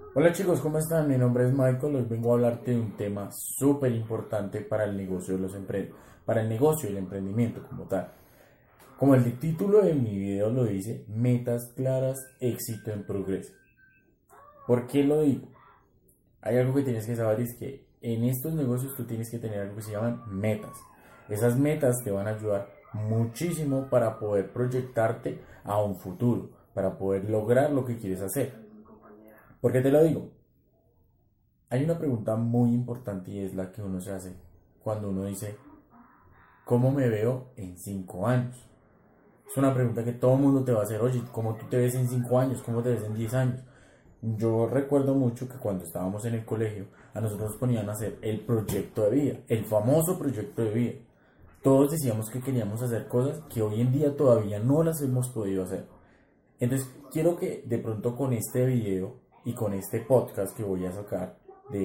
Hola chicos, ¿cómo están? Mi nombre es Michael. Hoy vengo a hablarte de un tema súper importante para el negocio de para el negocio y el emprendimiento como tal. Como el título de mi video lo dice, metas claras, éxito en progreso. ¿Por qué lo digo? Hay algo que tienes que saber y es que en estos negocios tú tienes que tener algo que se llaman metas. Esas metas te van a ayudar muchísimo para poder proyectarte a un futuro, para poder lograr lo que quieres hacer. ¿Por qué te lo digo? Hay una pregunta muy importante y es la que uno se hace cuando uno dice, ¿cómo me veo en 5 años? Es una pregunta que todo el mundo te va a hacer, oye, ¿cómo tú te ves en 5 años? ¿Cómo te ves en 10 años? Yo recuerdo mucho que cuando estábamos en el colegio, a nosotros nos ponían a hacer el proyecto de vida, el famoso proyecto de vida. Todos decíamos que queríamos hacer cosas que hoy en día todavía no las hemos podido hacer. Entonces, quiero que de pronto con este video y con este podcast que voy a sacar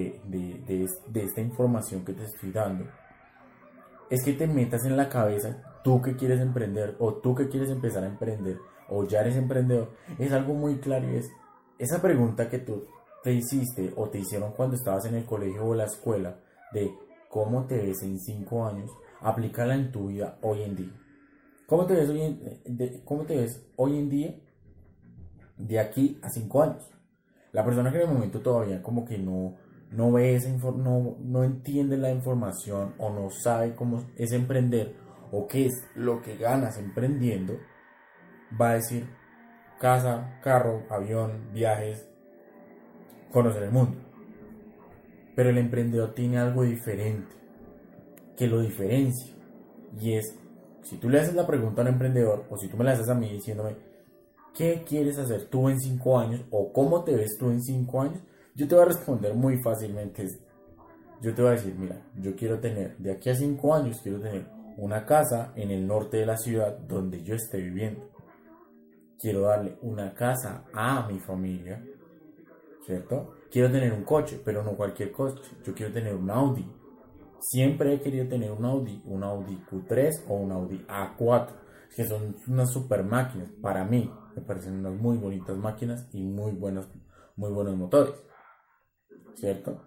de esta información que te estoy dando, es que te metas en la cabeza tú que quieres emprender o tú que quieres empezar a emprender o ya eres emprendedor. Es algo muy claro y es esa pregunta que tú te hiciste o te hicieron cuando estabas en el colegio o la escuela de cómo te ves en 5 años, aplícala en tu vida hoy en día. ¿Cómo te ves hoy en día de aquí a 5 años? La persona que en el momento todavía como que no ve no entiende la información o no sabe cómo es emprender o qué es lo que ganas emprendiendo, va a decir casa, carro, avión, viajes, conocer el mundo. Pero el emprendedor tiene algo diferente que lo diferencia y es, si tú le haces la pregunta a un emprendedor o si tú me la haces a mí diciéndome ¿qué quieres hacer tú en 5 años o cómo te ves tú en 5 años? Yo te voy a responder muy fácilmente. Yo te voy a decir, mira, yo quiero tener, de aquí a 5 años, quiero tener una casa en el norte de la ciudad donde yo esté viviendo. Quiero darle una casa a mi familia, ¿cierto? Quiero tener un coche, pero no cualquier coche. Yo quiero tener un Audi. Siempre he querido tener un Audi Q3 o un Audi A4, que son unas super máquinas. Para mí, me parecen unas muy bonitas máquinas y muy buenos motores, ¿cierto?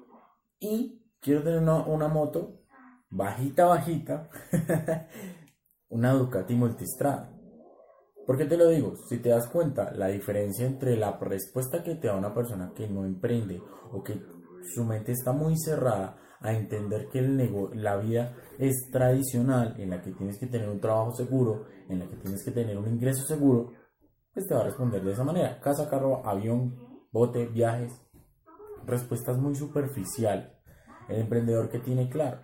Y quiero tener una moto bajita, una Ducati Multistrada. ¿Por qué te lo digo? Si te das cuenta, la diferencia entre la respuesta que te da una persona que no emprende o que su mente está muy cerrada a entender que la vida es tradicional, en la que tienes que tener un trabajo seguro, en la que tienes que tener un ingreso seguro, pues te va a responder de esa manera. Casa, carro, avión, bote, viajes. Respuestas muy superficiales. El emprendedor que tiene claro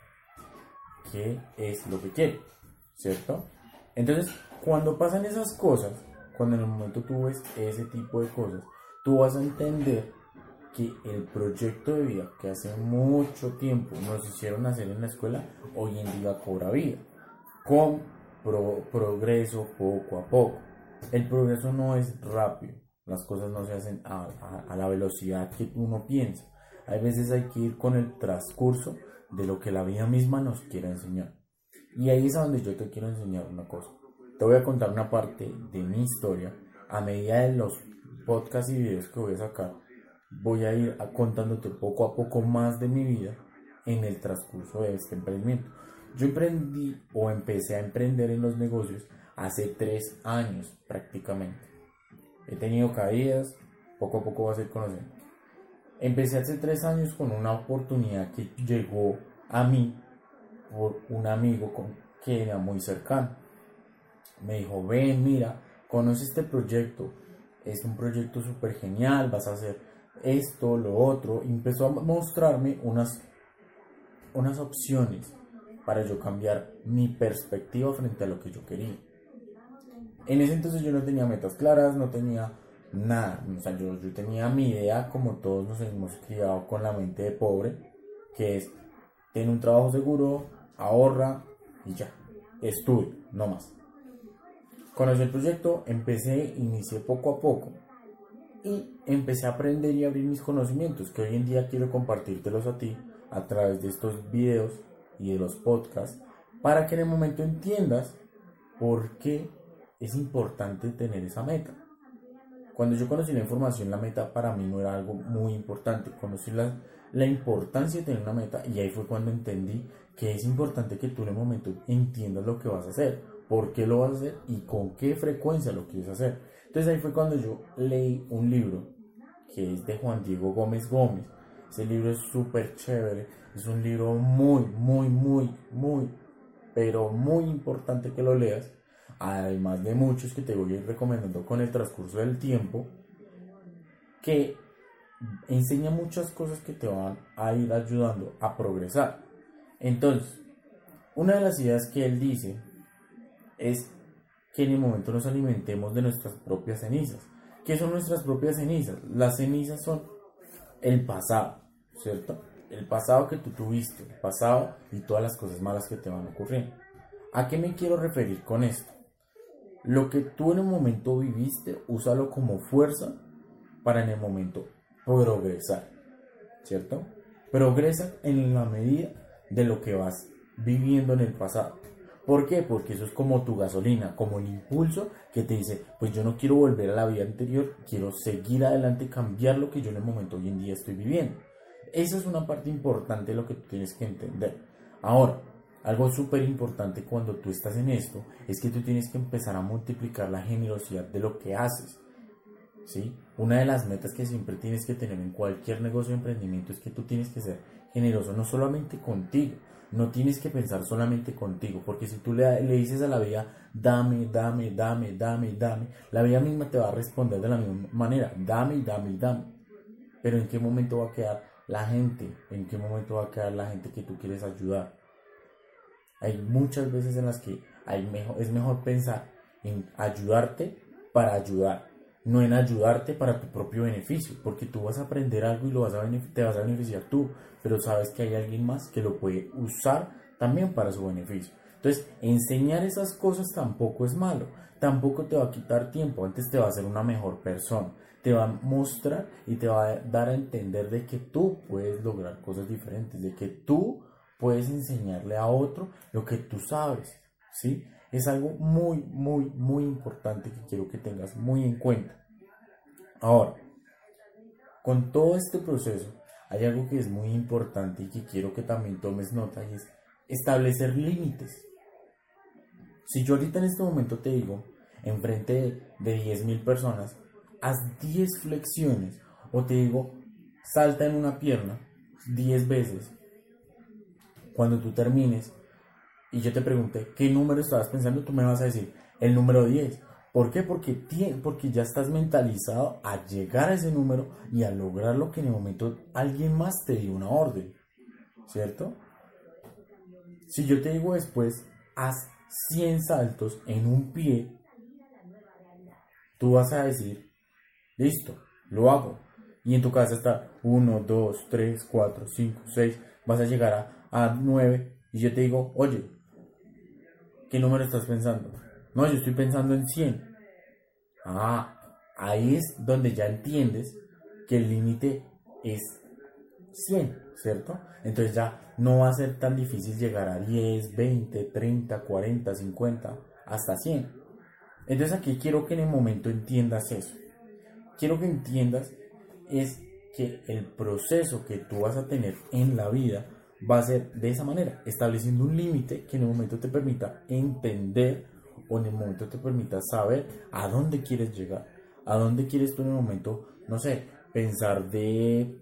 qué es lo que quiere, ¿cierto? Entonces, cuando pasan esas cosas, cuando en el momento tú ves ese tipo de cosas, tú vas a entender que el proyecto de vida que hace mucho tiempo nos hicieron hacer en la escuela, hoy en día cobra vida, con progreso poco a poco. El progreso no es rápido, las cosas no se hacen a la velocidad que uno piensa. Hay veces hay que ir con el transcurso de lo que la vida misma nos quiere enseñar. Y ahí es a donde yo te quiero enseñar una cosa. Te voy a contar una parte de mi historia. A medida de los podcasts y videos que voy a sacar, voy a ir contándote poco a poco más de mi vida en el transcurso de este emprendimiento. Yo emprendí o empecé a emprender en los negocios hace 3 años prácticamente. He tenido caídas, poco a poco vas a ir conociendo. Empecé hace 3 años con una oportunidad que llegó a mí por un amigo que era muy cercano. Me dijo, ven, mira, conoce este proyecto, es un proyecto súper genial, vas a hacer esto, lo otro. Y empezó a mostrarme unas opciones para yo cambiar mi perspectiva frente a lo que yo quería. En ese entonces yo no tenía metas claras, no tenía nada. O sea, yo tenía mi idea, como todos nos hemos criado con la mente de pobre, que es tener un trabajo seguro, ahorra y ya, estudio, no más. Conocí el proyecto, inicié poco a poco y empecé a aprender y abrir mis conocimientos, que hoy en día quiero compartírtelos a ti a través de estos videos y de los podcasts, para que en el momento entiendas por qué es importante tener esa meta. Cuando yo conocí la información, la meta para mí no era algo muy importante. Conocí la importancia de tener una meta y ahí fue cuando entendí que es importante que tú en el momento entiendas lo que vas a hacer, por qué lo vas a hacer y con qué frecuencia lo quieres hacer. Entonces ahí fue cuando yo leí un libro que es de Juan Diego Gómez Gómez. Ese libro es súper chévere, es un libro muy, pero muy importante que lo leas, además de muchos que te voy a ir recomendando con el transcurso del tiempo, que enseña muchas cosas que te van a ir ayudando a progresar. Entonces, una de las ideas que él dice es que en el momento nos alimentemos de nuestras propias cenizas. ¿Qué son nuestras propias cenizas? Las cenizas son el pasado, ¿cierto? El pasado que tú tuviste, el pasado y todas las cosas malas que te van ocurriendo. ¿A qué me quiero referir con esto? Lo que tú en el momento viviste, úsalo como fuerza para en el momento progresar, ¿cierto? Progresa en la medida de lo que vas viviendo en el pasado. ¿Por qué? Porque eso es como tu gasolina, como el impulso que te dice, pues yo no quiero volver a la vida anterior, quiero seguir adelante, cambiar lo que yo en el momento hoy en día estoy viviendo. Esa es una parte importante de lo que tú tienes que entender. Ahora, algo súper importante cuando tú estás en esto es que tú tienes que empezar a multiplicar la generosidad de lo que haces, ¿sí? Una de las metas que siempre tienes que tener en cualquier negocio o emprendimiento es que tú tienes que ser generoso, no solamente contigo, no tienes que pensar solamente contigo, porque si tú le dices a la vida, dame, la vida misma te va a responder de la misma manera, dame. Pero ¿en qué momento va a quedar la gente? ¿En qué momento va a quedar la gente que tú quieres ayudar? Hay muchas veces en las que es mejor pensar en ayudarte para ayudar, no en ayudarte para tu propio beneficio, porque tú vas a aprender algo y te vas a beneficiar tú, pero sabes que hay alguien más que lo puede usar también para su beneficio. Entonces, enseñar esas cosas tampoco es malo, tampoco te va a quitar tiempo, antes te va a hacer una mejor persona, te va a mostrar y te va a dar a entender de que tú puedes lograr cosas diferentes, de que tú puedes enseñarle a otro lo que tú sabes, ¿sí? Es algo muy importante que quiero que tengas muy en cuenta. Ahora, con todo este proceso, hay algo que es muy importante y que quiero que también tomes nota y es establecer límites. Si yo ahorita en este momento te digo, enfrente de 10,000 personas, haz 10 flexiones, o te digo, salta en una pierna 10 veces, cuando tú termines y yo te pregunté qué número estabas pensando, tú me vas a decir el número 10. ¿Por qué? Porque ya estás mentalizado a llegar a ese número y a lograr lo que en el momento alguien más te dio una orden, ¿cierto? Si yo te digo después, haz 100 saltos en un pie, tú vas a decir, listo, lo hago. Y en tu casa está 1, 2, 3, 4, 5, 6, vas a llegar a 9 y yo te digo, oye, ¿qué número estás pensando? No, yo estoy pensando en 100. Ah, ahí es donde ya entiendes que el límite es 100, ¿cierto? Entonces ya no va a ser tan difícil llegar a 10, 20, 30, 40, 50, hasta 100. Entonces aquí quiero que en el momento entiendas eso. Quiero que entiendas es que el proceso que tú vas a tener en la vida va a ser de esa manera, estableciendo un límite que en el momento te permita entender o en el momento te permita saber a dónde quieres llegar, a dónde quieres tú en el momento, no sé, pensar de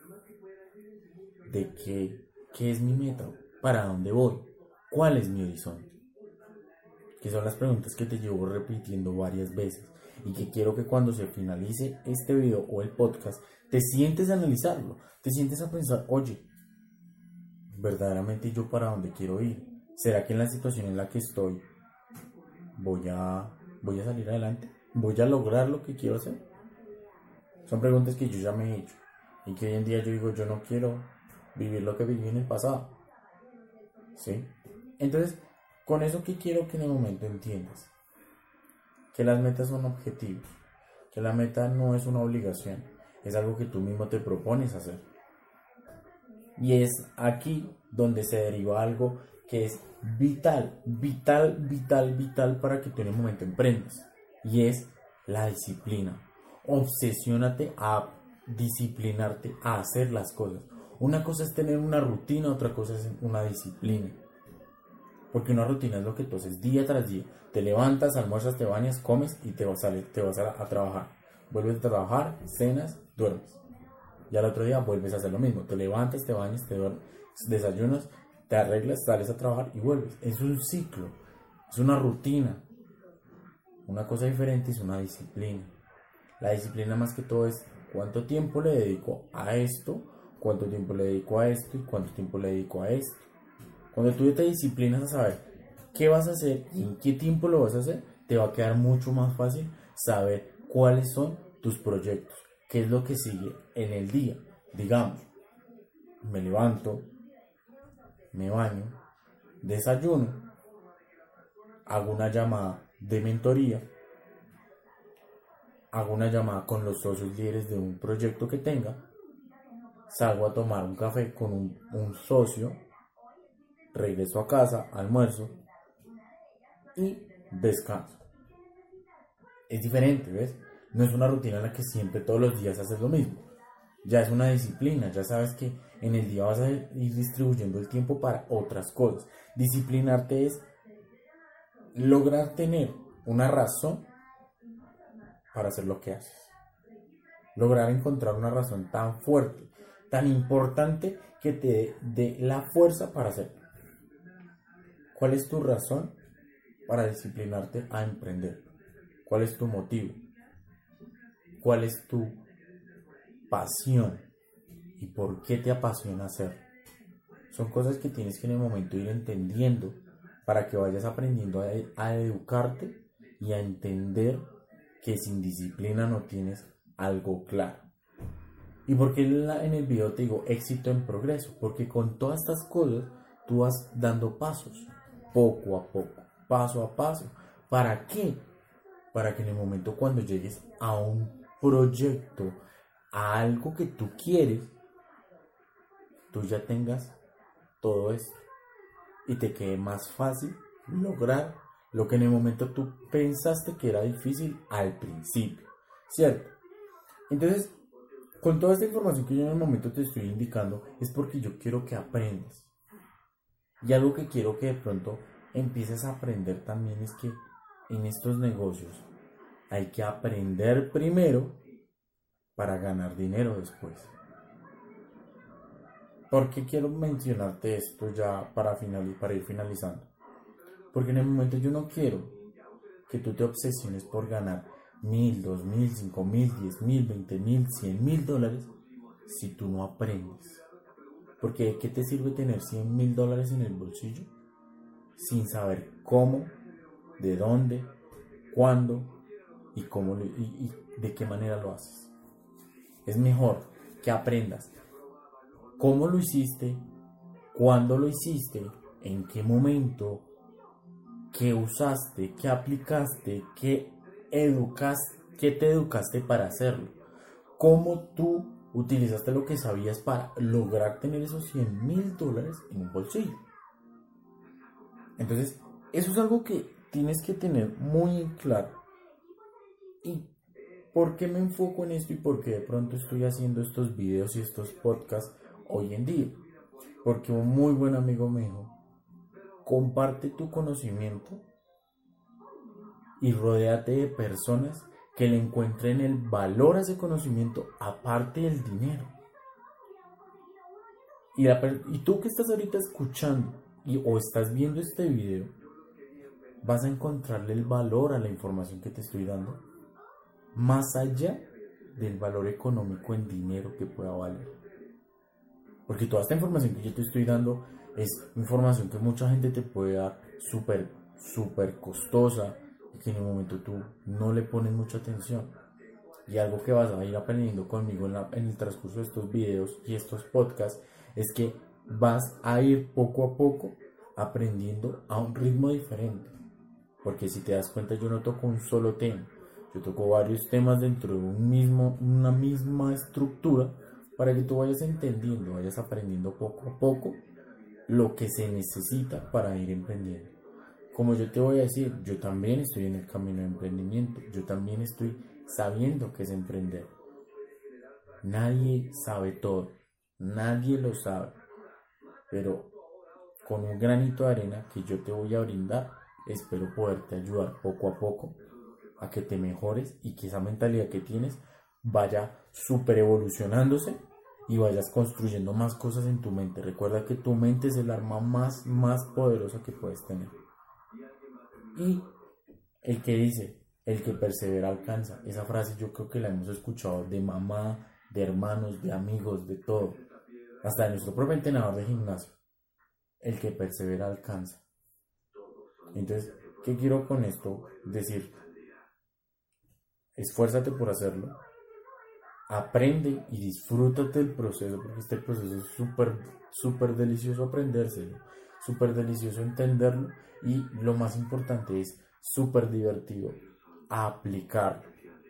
qué es mi meta, para dónde voy, cuál es mi horizonte, que son las preguntas que te llevo repitiendo varias veces y que quiero que cuando se finalice este video o el podcast te sientes a analizarlo, te sientes a pensar, oye, verdaderamente yo para dónde quiero ir, ¿será que en la situación en la que estoy voy a salir adelante? ¿Voy a lograr lo que quiero hacer? Son preguntas que yo ya me he hecho y que hoy en día yo digo, yo no quiero vivir lo que viví en el pasado, ¿sí? Entonces, con eso que quiero que en el momento entiendas que las metas son objetivos, que la meta no es una obligación, es algo que tú mismo te propones hacer. Y es aquí donde se deriva algo que es vital para que tú en el momento emprendas. Y es la disciplina. obsesiónate a disciplinarte a hacer las cosas. Una cosa es tener una rutina, otra cosa es una disciplina. Porque una rutina es lo que tú haces día tras día. Te levantas, almuerzas, te bañas, comes y te vas a trabajar. Vuelves a trabajar, cenas, duermes. Y al otro día vuelves a hacer lo mismo. Te levantas, te bañas, te duermes, desayunas, te arreglas, sales a trabajar y vuelves. Es un ciclo, es una rutina. Una cosa diferente es una disciplina. La disciplina más que todo es cuánto tiempo le dedico a esto, cuánto tiempo le dedico a esto y cuánto tiempo le dedico a esto. Cuando tú te disciplinas a saber qué vas a hacer y en qué tiempo lo vas a hacer, te va a quedar mucho más fácil saber cuáles son tus proyectos, qué es lo que sigue en el día. Digamos, me levanto, me baño, desayuno, hago una llamada de mentoría, hago una llamada con los socios líderes de un proyecto que tenga, salgo a tomar un café con un socio, regreso a casa, almuerzo y descanso. Es diferente, ¿ves? No es una rutina en la que siempre todos los días haces lo mismo. Ya es una disciplina, ya sabes que en el día vas a ir distribuyendo el tiempo para otras cosas. Disciplinarte es lograr tener una razón para hacer lo que haces. Lograr encontrar una razón tan fuerte, tan importante que te dé la fuerza para hacerlo. ¿Cuál es tu razón para disciplinarte a emprender? ¿Cuál es tu motivo? ¿Cuál es tu pasión? ¿Y por qué te apasiona hacerlo? Son cosas que tienes que en el momento ir entendiendo para que vayas aprendiendo a educarte y a entender que sin disciplina no tienes algo claro. ¿Y por qué en el video te digo éxito en progreso? Porque con todas estas cosas tú vas dando pasos, poco a poco, paso a paso. ¿Para qué? Para que en el momento cuando llegues a un proyecto, a algo que tú quieres, tú ya tengas todo esto y te quede más fácil lograr lo que en el momento tú pensaste que era difícil al principio, ¿cierto? Entonces, con toda esta información que yo en el momento te estoy indicando, es porque yo quiero que aprendas. Y algo que quiero que de pronto empieces a aprender también es que en estos negocios hay que aprender primero para ganar dinero después. ¿Por qué quiero mencionarte esto ya para ir finalizando? Porque en el momento yo no quiero que tú te obsesiones por ganar 1,000, 2,000, 5,000, 10,000, 20,000, 100,000 dólares si tú no aprendes. Porque ¿de qué te sirve tener 100,000 dólares en el bolsillo sin saber cómo, de dónde, cuándo y cómo y de qué manera lo haces? Es mejor que aprendas cómo lo hiciste, cuándo lo hiciste, en qué momento, qué usaste, qué aplicaste, qué te educaste para hacerlo, cómo tú utilizaste lo que sabías para lograr tener esos 100,000 dólares en un bolsillo. Entonces, eso es algo que tienes que tener muy claro. ¿Y por qué me enfoco en esto y por qué de pronto estoy haciendo estos videos y estos podcasts hoy en día? Porque un muy buen amigo me dijo, comparte tu conocimiento y rodéate de personas que le encuentren el valor a ese conocimiento aparte del dinero. Y tú que estás ahorita escuchando o estás viendo este video, vas a encontrarle el valor a la información que te estoy dando, más allá del valor económico en dinero que pueda valer. Porque toda esta información que yo te estoy dando es información que mucha gente te puede dar súper costosa y que en el momento tú no le pones mucha atención. Y algo que vas a ir aprendiendo conmigo en el transcurso de estos videos y estos podcasts es que vas a ir poco a poco aprendiendo a un ritmo diferente. Porque si te das cuenta, yo no toco un solo tema, yo toco varios temas dentro de una misma estructura para que tú vayas entendiendo, vayas aprendiendo poco a poco lo que se necesita para ir emprendiendo. Como yo te voy a decir, yo también estoy en el camino de emprendimiento, yo también estoy sabiendo que es emprender. Nadie sabe todo, nadie lo sabe, pero con un granito de arena que yo te voy a brindar, espero poderte ayudar poco a poco a que te mejores y que esa mentalidad que tienes vaya super evolucionándose y vayas construyendo más cosas en tu mente. Recuerda que tu mente es el arma más poderosa que puedes tener. Y el que dice, el que persevera alcanza. Esa frase yo creo que la hemos escuchado de mamá, de hermanos, de amigos, de todo. Hasta de nuestro propio entrenador de gimnasio. El que persevera alcanza. Entonces, ¿qué quiero con esto decir? Esfuérzate por hacerlo. Aprende y disfrútate del proceso, porque este proceso es súper delicioso aprenderse, súper delicioso entenderlo y lo más importante es súper divertido aplicarlo.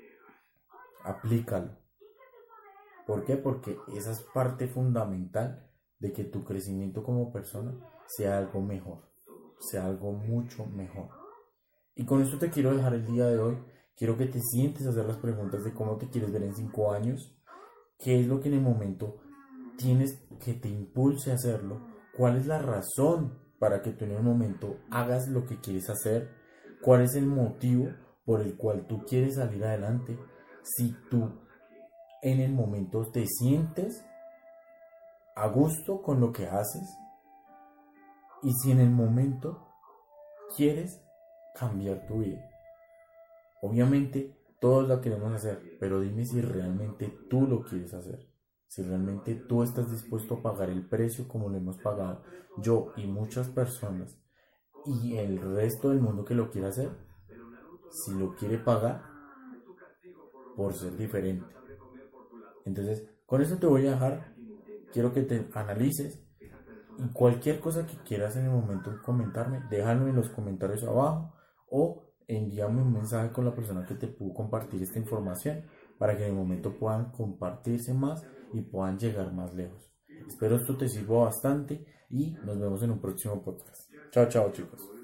Aplícalo. ¿Por qué? Porque esa es parte fundamental de que tu crecimiento como persona sea algo mejor, sea algo mucho mejor. Y con esto te quiero dejar el día de hoy. Quiero que te sientes a hacer las preguntas de cómo te quieres ver en 5 años, qué es lo que en el momento tienes que te impulse a hacerlo, cuál es la razón para que tú en el momento hagas lo que quieres hacer, cuál es el motivo por el cual tú quieres salir adelante, si tú en el momento te sientes a gusto con lo que haces y si en el momento quieres cambiar tu vida. Obviamente todos la queremos hacer, pero dime si realmente tú lo quieres hacer, si realmente tú estás dispuesto a pagar el precio como lo hemos pagado yo y muchas personas y el resto del mundo que lo quiere hacer, si lo quiere pagar por ser diferente. Entonces, con eso te voy a dejar. Quiero que te analices y cualquier cosa que quieras en el momento comentarme, déjalo en los comentarios abajo o envíame un mensaje con la persona que te pudo compartir esta información para que en el momento puedan compartirse más y puedan llegar más lejos. Espero esto te sirva bastante y nos vemos en un próximo podcast. Chao, chao, chicos.